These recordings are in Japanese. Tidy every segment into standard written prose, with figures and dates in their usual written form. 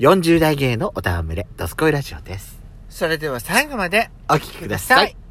40代芸のおたわむれドスコイラジオです。 それでは最後までお聞きください。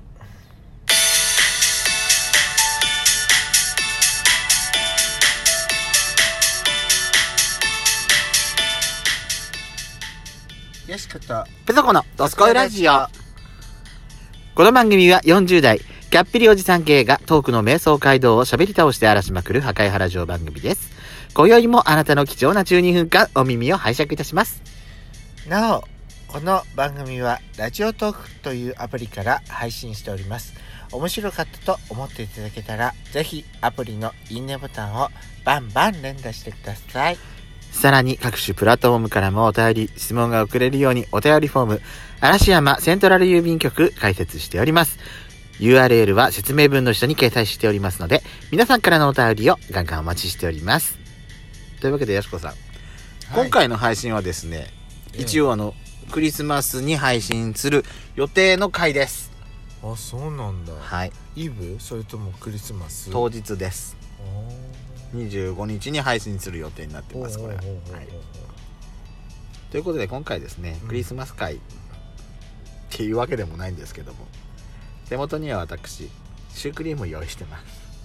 よしことペソコのドスコイラジオ。この番組は40代キャッピリおじさん系がトークの瞑想街道を喋り倒して荒らしまくる破壊原城番組です。今宵もあなたの貴重な12分間お耳を拝借いたします。 なお、この番組はラジオトークというアプリから配信しております。面白かったと思っていただけたらぜひアプリのいいねボタンをバンバン連打してください。 さらに各種プラットフォームからもお便り質問が送れるようにお便りフォーム嵐山セントラル郵便局開設しております。 URL は説明文の下に掲載しておりますので皆さんからのお便りをガンガンお待ちしております。というわけでやしこさん、今回の配信はですね、一応クリスマスに配信する予定の回です。 あ、そうなんだ。 はい、 イブそれともクリスマス当日です。25日に配信する予定になってます。これは、はい、ということで今回ですね、クリスマス会っていうわけでもないんですけども、手元には私シュークリームを用意してます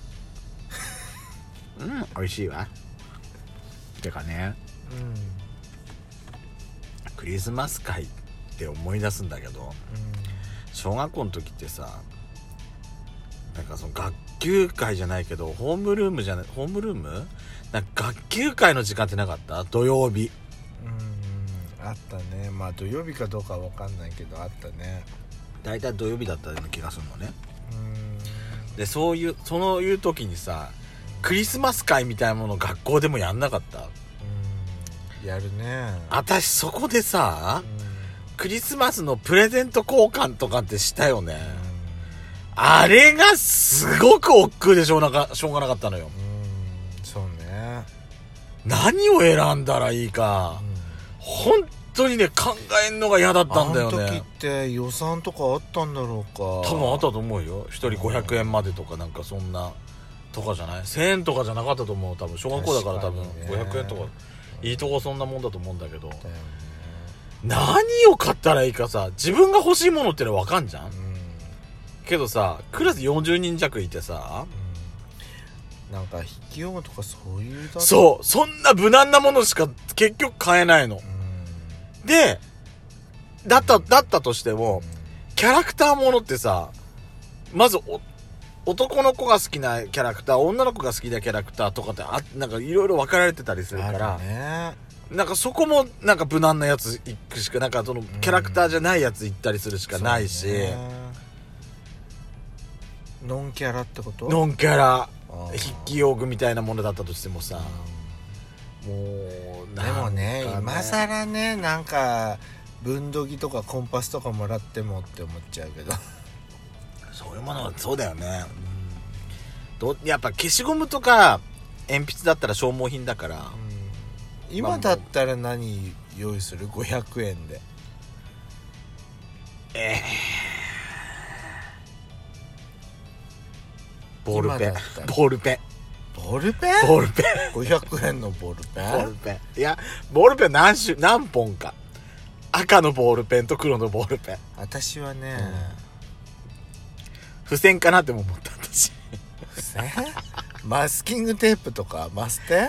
美味しいわ。てかね、クリスマス会って思い出すんだけど、小学校の時ってさ、なんかその学級会じゃないけどホームルームなんか学級会の時間ってなかった？土曜日。 あったね。まあ土曜日かどうかは分かんないけどあったね。 だいたい土曜日だったような気がするのね。でそういう時にさ、クリスマス会みたいなもの学校でもやんなかった？ やるね。 私そこでさ、クリスマスのプレゼント交換とかってしたよね。あれがすごく億劫でしょうがなかったのよ。 そうね。何を選んだらいいか、本当にね考えんのが嫌だったんだよね。 あの時って予算とかあったんだろうか。 多分あったと思うよ。1人500円までとかなんかそんなとかじゃない？ 1000 円とかじゃなかったと思う。多分小学校だから多分500円とかいいとこそんなもんだと思うんだけど、何を買ったらいいかさ、自分が欲しいものってのは分かんじゃん、けどさ、クラス40人弱いてさ、 なんか筆記用具とかそういうそんな無難なものしか結局買えないの、でだったとしても、キャラクターものってさ、まず男の子が好きなキャラクター、女の子が好きなキャラクターとかってなんかいろいろ分かられてたりするから、なんかそこもなんか無難なやつ行くしか、なんかそのキャラクターじゃないやつ行ったりするしかないし、 ノンキャラってこと？ ノンキャラ筆記用具みたいなものだったとしてもさ、もうでもね、今更ね、なんか分度器とかコンパスとかもらってもって思っちゃうけどそういうものはそうだよね。やっぱ消しゴムとか鉛筆だったら消耗品だから、 今だったら何用意する？500円でボールペン 500円のボールペンいや、ボールペン何本か、赤のボールペンと黒のボールペン。 私はね、 付箋かなっても思った私。 付箋マスキングテープとかマステ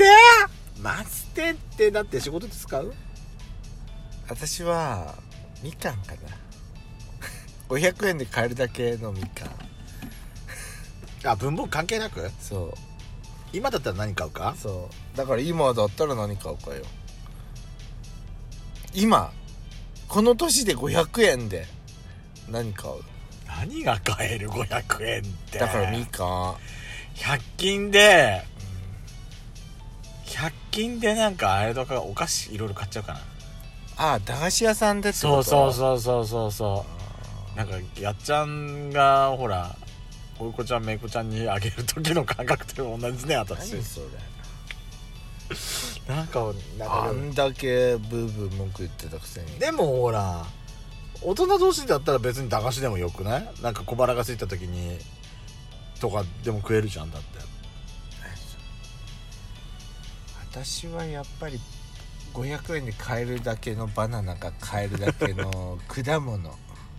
ってだって仕事で使う？ 私はみかんかな500円で買えるだけのみかん。 文房具関係なく？そう。今だったら何買うか？ そう。だから今だったら何買うかよ。今この年で500円で何買う？ 何が買える500円って。 だからみかん。 100均でなんかあれとかお菓子いろいろ買っちゃうかな。 駄菓子屋さんでってこと？ そうなんかやっちゃんがほら、おいこちゃんめいこちゃんにあげる時の感覚と同じね、私。 何それ。 なんかあんだけブーブー文句言ってたくせに。 でもほら、大人同士だったら別に駄菓子でもよくない？なんか小腹が空いた時にとかでも食えるじゃん。だって私はやっぱり 500円で買えるだけのバナナが買えるだけの果物か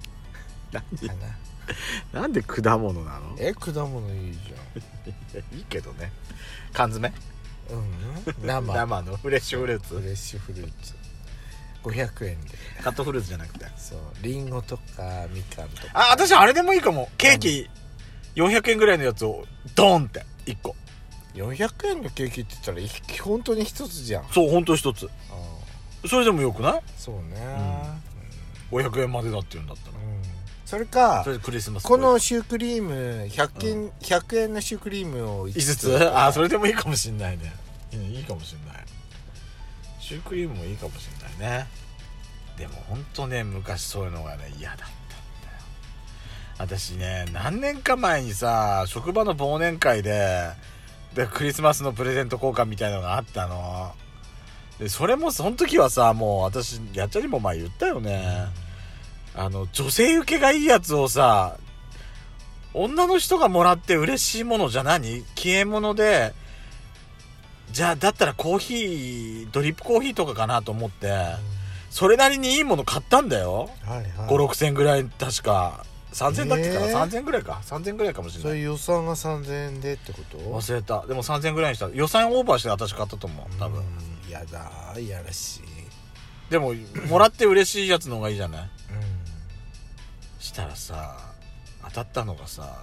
な。 なんで果物なの？ 果物いいじいいけどね。缶詰？ ゃん。 生のフレッシュフルーツ。 フレッシュフルーツ500円で。 カットフルーツじゃなくて。 そうリンゴとかみかんとか。 あ、私あれでもいいかも。ケーキ400円ぐらいのやつをドンって1個。 400円のケーキって言ったら本当に一つじゃん。 そう、ほんと一つ。それでもよくない？ そうね、 500円までだって言うんだったら。 それかそれクリスマスこのシュークリーム100円のシュークリームを 5つ？あ、それでもいいかもしんないね。いいかもしんない。シュークリームもいいかもしんないね。でもほんとね、昔そういうのがね嫌だったんだよ。私ね、何年か前にさ、職場の忘年会でクリスマスのプレゼント交換みたいなのがあったので、それもその時はさ、もう私やっちゃにも前言ったよね。女性受けがいいやつをさ、女の人がもらって嬉しいものじゃ何？消え物で、じゃあだったらコーヒー、ドリップコーヒーとかかなと思って、それなりにいいもの買ったんだよ。5、6千ぐらい、確か3000だっけかな、3000ぐらいか、3000ぐらいかもしれない。 それ予算が3000円でってこと？ 忘れた。でも3000ぐらいにした。予算オーバーして私買ったと思う、多分。 やだ、やらしい。 でももらって嬉しいやつの方がいいじゃない。したらさ、当たったのがさ、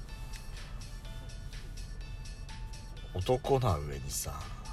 男の上にさ、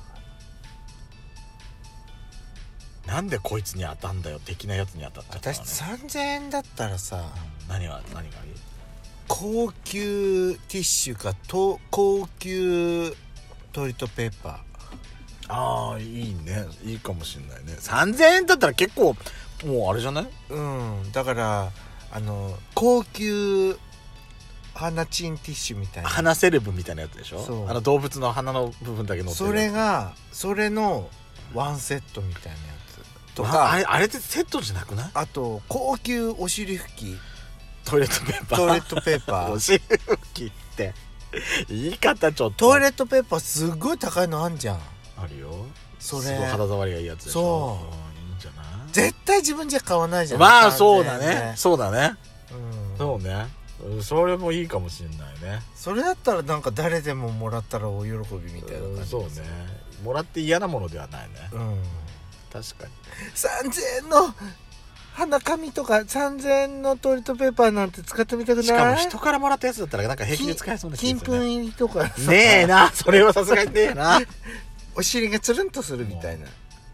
なんでこいつに当たんだよ的なやつに当たっちゃったのね。 私3000円だったらさ、 何がいい？ 高級ティッシュか高級トイレットペーパー。 ああ、いいね、いいかもしんないね。3000円だったら結構もうあれじゃない？ だから高級鼻チンティッシュみたいな、 鼻セレブみたいなやつでしょ。 そう、 動物の鼻の部分だけ乗ってる。 それのワンセットみたいなやつとか、 あれってセットじゃなくない？ あと高級お尻拭き、 トイレットペーパーお尻拭きって言い方ちょっと。 トイレットペーパーすごい高いのあんじゃん。 あるよ。 それすごい肌触りがいいやつでしょ。 そう、 いいんじゃない？ 絶対自分じゃ買わないじゃん。 まあそうだね、そうだね、そうね、それもいいかもしんないね。 それだったらなんか誰でももらったらお喜びみたいな感じ。 そうね、もらって嫌なものではないね。確かに 3000円の鼻紙とか3000円のトイレットペーパーなんて使ってみたくない？ しかも人からもらったやつだったらなんか平気で使えそうな気がするね。 金粉入りとかさ、 ねえな、それはさすがにねえなお尻がつるんとするみたいな。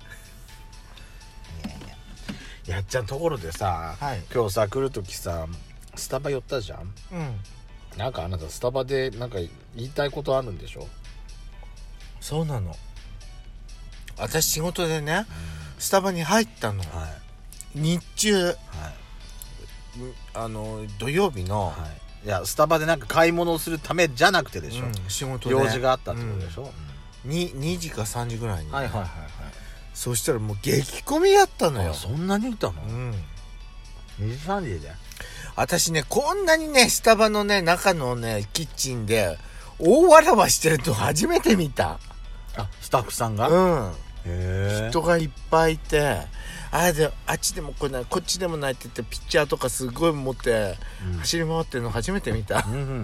やっちゃん、ところでさ、今日さ来るときさスタバ寄ったじゃん。なんかあなたスタバでなんか言いたいことあるんでしょ？ そうなの。私仕事でね、スタバに入ったの、日中、土曜日の、いやスタバでなんか買い物をするためじゃなくてでしょ、仕事で用事があったってことでしょ、2時か3時ぐらいに、そしたらもう激混みやったのよ。 そんなにいたの？2時3時で。 私ね、こんなにねスタバのね中のねキッチンで大わらわしてると初めて見た。 スタッフさんが？人がいっぱいいて、あっちでも来ないこっちでもないって言ってピッチャーとかすごい持って走り回ってるの初めて見た。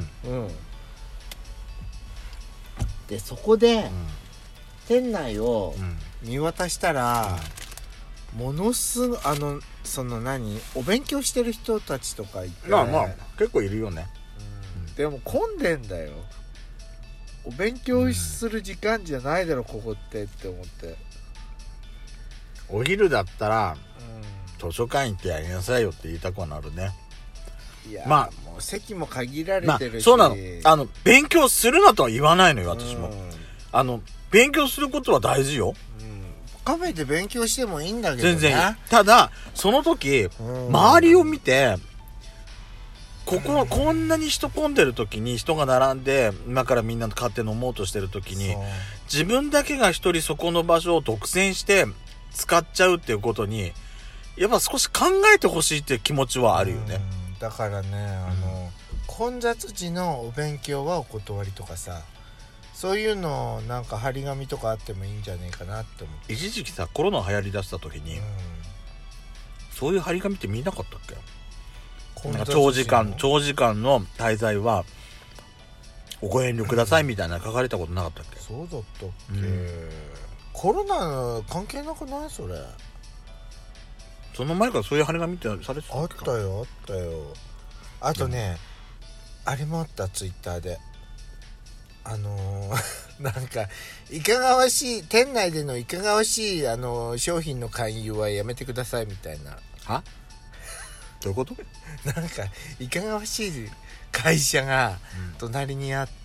でそこで、店内を見渡したら、ものすごいお勉強してる人たちとかいて、結構いるよね、 でも混んでんだよ。お勉強する時間じゃないだろ、ここって思って。 お昼だったら、図書館行ってやりなさいよって言いたくはなるね。 いやもう席も限られてるし、 そうなの。勉強するなとは言わないのよ、私も。勉強することは大事よ。 カフェで勉強してもいいんだけどね。 全然。ただその時、周りを見て、こんなに人混んでる時に、人が並んで今からみんな買って飲もうとしてる時に、自分だけが一人そこの場所を独占して使っちゃうっていうことにやっぱ少し考えてほしいっていう気持ちはあるよね。 だからね、混雑時のお勉強はお断りとかさ、 そういうのなんか張り紙とかあってもいいんじゃねえかなって思って。 一時期さコロナ流行りだした時に、そういう張り紙って見なかったっけ？なんか長時間の滞在はご遠慮くださいみたいな書かれたことなかったっけ？ そうだったっけ、コロナ関係なくないそれ？ その前からそういう張り紙ってされてたあっけか？ ったよあったよ。あとね、あれもあった、ツイッターでなんかいかがわしい、店内でのいかがわしい商品の勧誘はやめてくださいみたいな。 は？どういうこと？ なんかいかがわしい会社が隣にあって、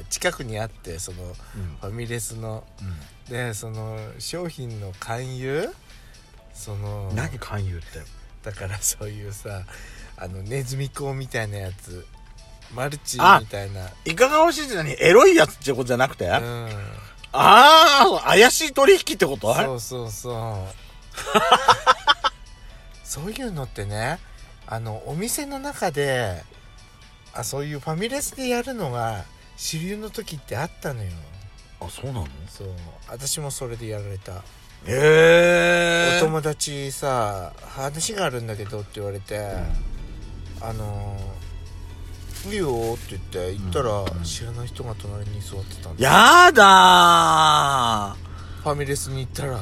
近くにあって、そのファミレスの、でその商品の勧誘、その何勧誘って？ だからそういうさ、ネズミ講みたいなやつ、マルチみたいな。 いかがわしいって何？エロいやつってことじゃなくて？怪しい取引ってこと？ そうそうそういうのってね、お店の中でそういうファミレスでやるのが主流の時ってあったのよ。 あ、そうなの？ そう、私もそれでやられた。 お友達さ、話があるんだけどって言われて、いいよって言って行ったら、知らない人が隣に座ってたんだ。 やだー。ファミレスに行ったら、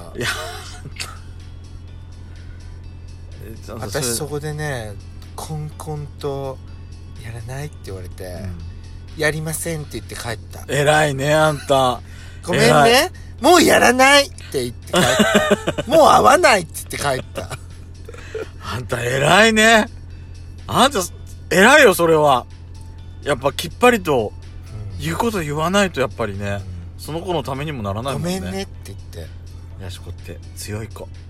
私そこでね、コンコンとやらないって言われて、やりませんって言って帰った。 偉いねあんた。 ごめんね、もうやらないって言って帰ったもう会わないって言って帰ったあんた偉いね。あんた偉いよそれは。やっぱきっぱりと言うこと言わないとやっぱりね、その子のためにもならないもんね。 ごめんねって言って。 やしこって強い子。